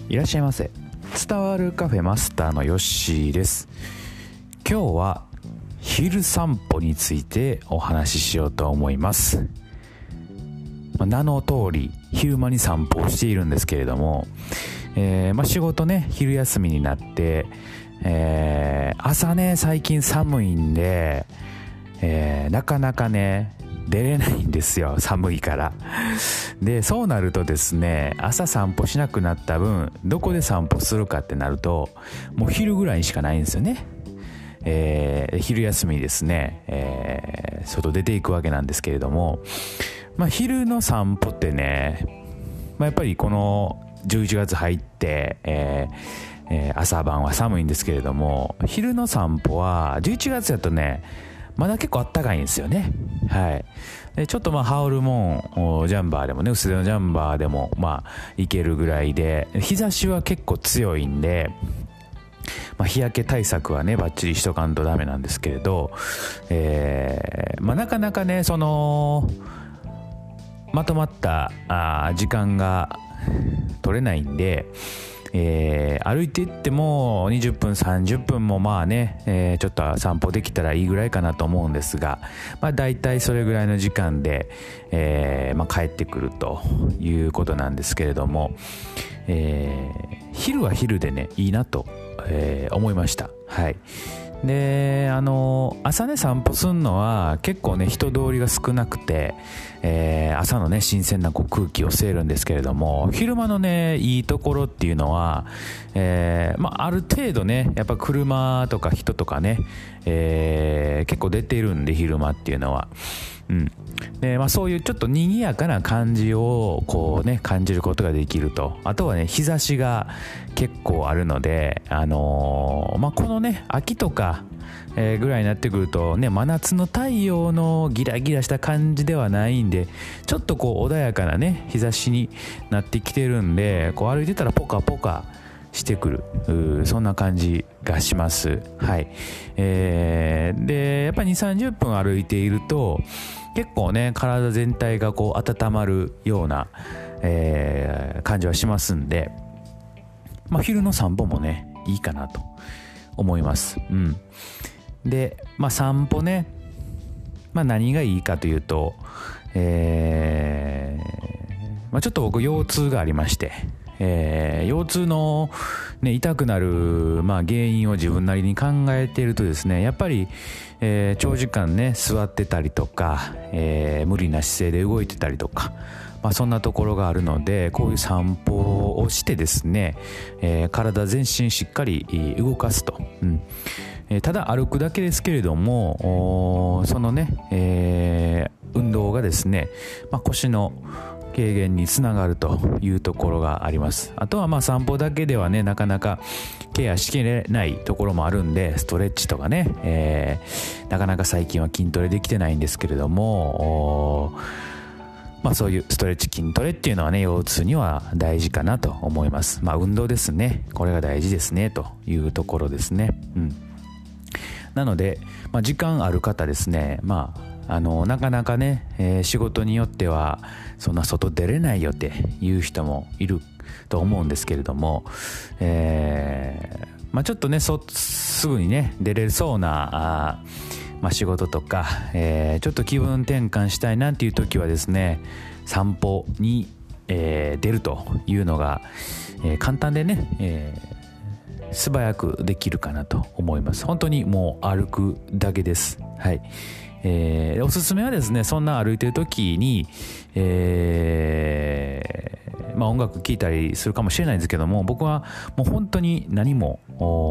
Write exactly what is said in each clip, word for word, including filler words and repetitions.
いらっしゃいませ。伝わるカフェマスターのヨッシーです。今日は昼散歩についてお話ししようと思います。まあ、名の通り昼間に散歩をしているんですけれども、えーまあ、仕事ね昼休みになって、えー、朝ね最近寒いんで、えー、なかなかね出れないんですよ、寒いから。でそうなるとですね、朝散歩しなくなった分どこで散歩するかってなるともう昼ぐらいにしかないんですよね。えー、昼休みですね、えー、外出ていくわけなんですけれども、まあ、昼の散歩ってね、まあ、やっぱりこのじゅういちがつ入って、えーえー、朝晩は寒いんですけれども、昼の散歩はじゅういちがつだとねまだ結構あったかいんですよね。はい。でちょっとまあ羽織るもんジャンバーでもね、薄手のジャンバーでもまあいけるぐらいで、日差しは結構強いんで、まあ、日焼け対策はねバッチリしとかんとダメなんですけれど、えーまあ、なかなかねそのまとまったあ時間が取れないんで、えー、歩いていってもにじゅっぷんさんじゅっぷんもまあね、えー、ちょっと散歩できたらいいぐらいかなと思うんですが、まあ、だいたいそれぐらいの時間で、えーまあ、帰ってくるということなんですけれども、えー、昼は昼でねいいなと、えー、思いました。はい。であの朝ね散歩するのは結構ね人通りが少なくて、えー、朝のね新鮮なこう空気を吸えるんですけれども、昼間のねいいところっていうのは、えーまあ、ある程度ねやっぱ車とか人とかね、えー、結構出てるんで昼間っていうのは、うんでまあ、そういうちょっと賑やかな感じをこうね感じることができると。あとはね日差しが結構あるので、あのーまあ、このね秋とか、えー、ぐらいになってくるとね真夏の太陽のギラギラした感じではないんで、ちょっとこう穏やかなね日差しになってきてるんで、こう歩いてたらポカポカしてくる、そんな感じがします。はい。えー、でやっぱりにじゅうさんじゅっぷん歩いていると結構ね体全体がこう温まるような、えー、感じはしますんで、まあ、昼の散歩もねいいかなと思います。うん。で、まあ、散歩ね、まあ、何がいいかというと、えーまあ、ちょっと僕腰痛がありまして、えー、腰痛の、ね、痛くなる、まあ、原因を自分なりに考えているとですね、やっぱり、えー、長時間ね座ってたりとか、えー、無理な姿勢で動いてたりとか、まあ、そんなところがあるので、こういう散歩をしてですね、えー、体全身しっかり動かすと、うんえー、ただ歩くだけですけれども、そのね、えー、運動がですね、まあ、腰の軽減につながるというところがあります。あとはまあ散歩だけではねなかなかケアしきれないところもあるんで、ストレッチとかね、えー、なかなか最近は筋トレできてないんですけれども、まあそういうストレッチ筋トレっていうのはね腰痛には大事かなと思います。まあ運動ですね、これが大事ですねというところですね。うん。なので、まあ、時間ある方ですね、まああのなかなかね、えー、仕事によってはそんな外出れないよっていう人もいると思うんですけれども、えーまあ、ちょっとねそすぐにね出れそうなあ、まあ、仕事とか、えー、ちょっと気分転換したいなっていう時はですね、散歩に、えー、出るというのが、えー、簡単でね、えー、素早くできるかなと思います。本当にもう歩くだけです。はい。えー、おすすめはですね、そんな歩いてる時に、えーまあ、音楽聴いたりするかもしれないんですけども、僕はもう本当に何も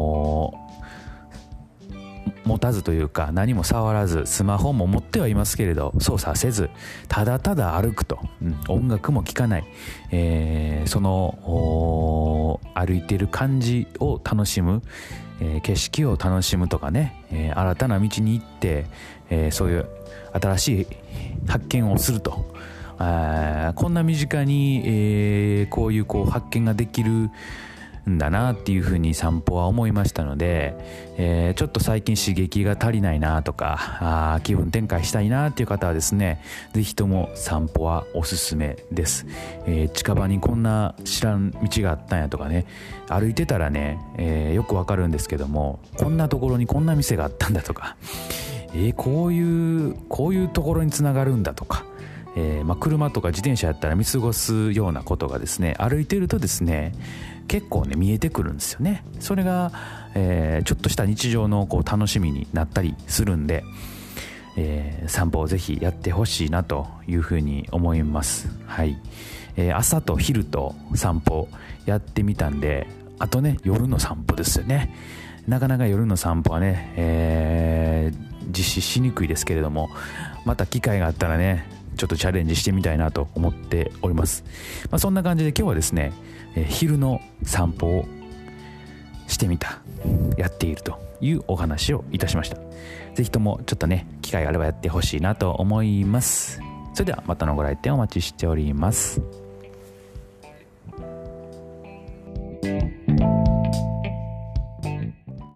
持たずというか何も触らず、スマホも持ってはいますけれど操作せず、ただただ歩くと、うん、音楽も聴かない、えー、その歩いてる感じを楽しむ、えー、景色を楽しむとかね、えー、新たな道に行って、えー、そういう新しい発見をすると、あこんな身近に、えー、こういうこう発見ができるんだなっていうふうに散歩は思いましたので、えー、ちょっと最近刺激が足りないなとか、あ気分転換したいなっていう方はですね、ぜひとも散歩はおすすめです。えー、近場にこんな知らん道があったんやとかね、歩いてたらね、えー、よくわかるんですけども、こんなところにこんな店があったんだとか、えー、こういうこういうところにつながるんだとか、えーまあ、車とか自転車やったら見過ごすようなことがですね、歩いてるとですね結構ね見えてくるんですよね。それが、えー、ちょっとした日常のこう楽しみになったりするんで、えー、散歩をぜひやってほしいなというふうに思います。はい、えー、朝と昼と散歩やってみたんで、あとね夜の散歩ですよね。なかなか夜の散歩はね、えー、実施しにくいですけれども、また機会があったらねちょっとチャレンジしてみたいなと思っております。まあ、そんな感じで今日はですね、えー、昼の散歩をしてみた、やっているというお話をいたしました。ぜひともちょっとね機会があればやってほしいなと思います。それではまたのご来店お待ちしております。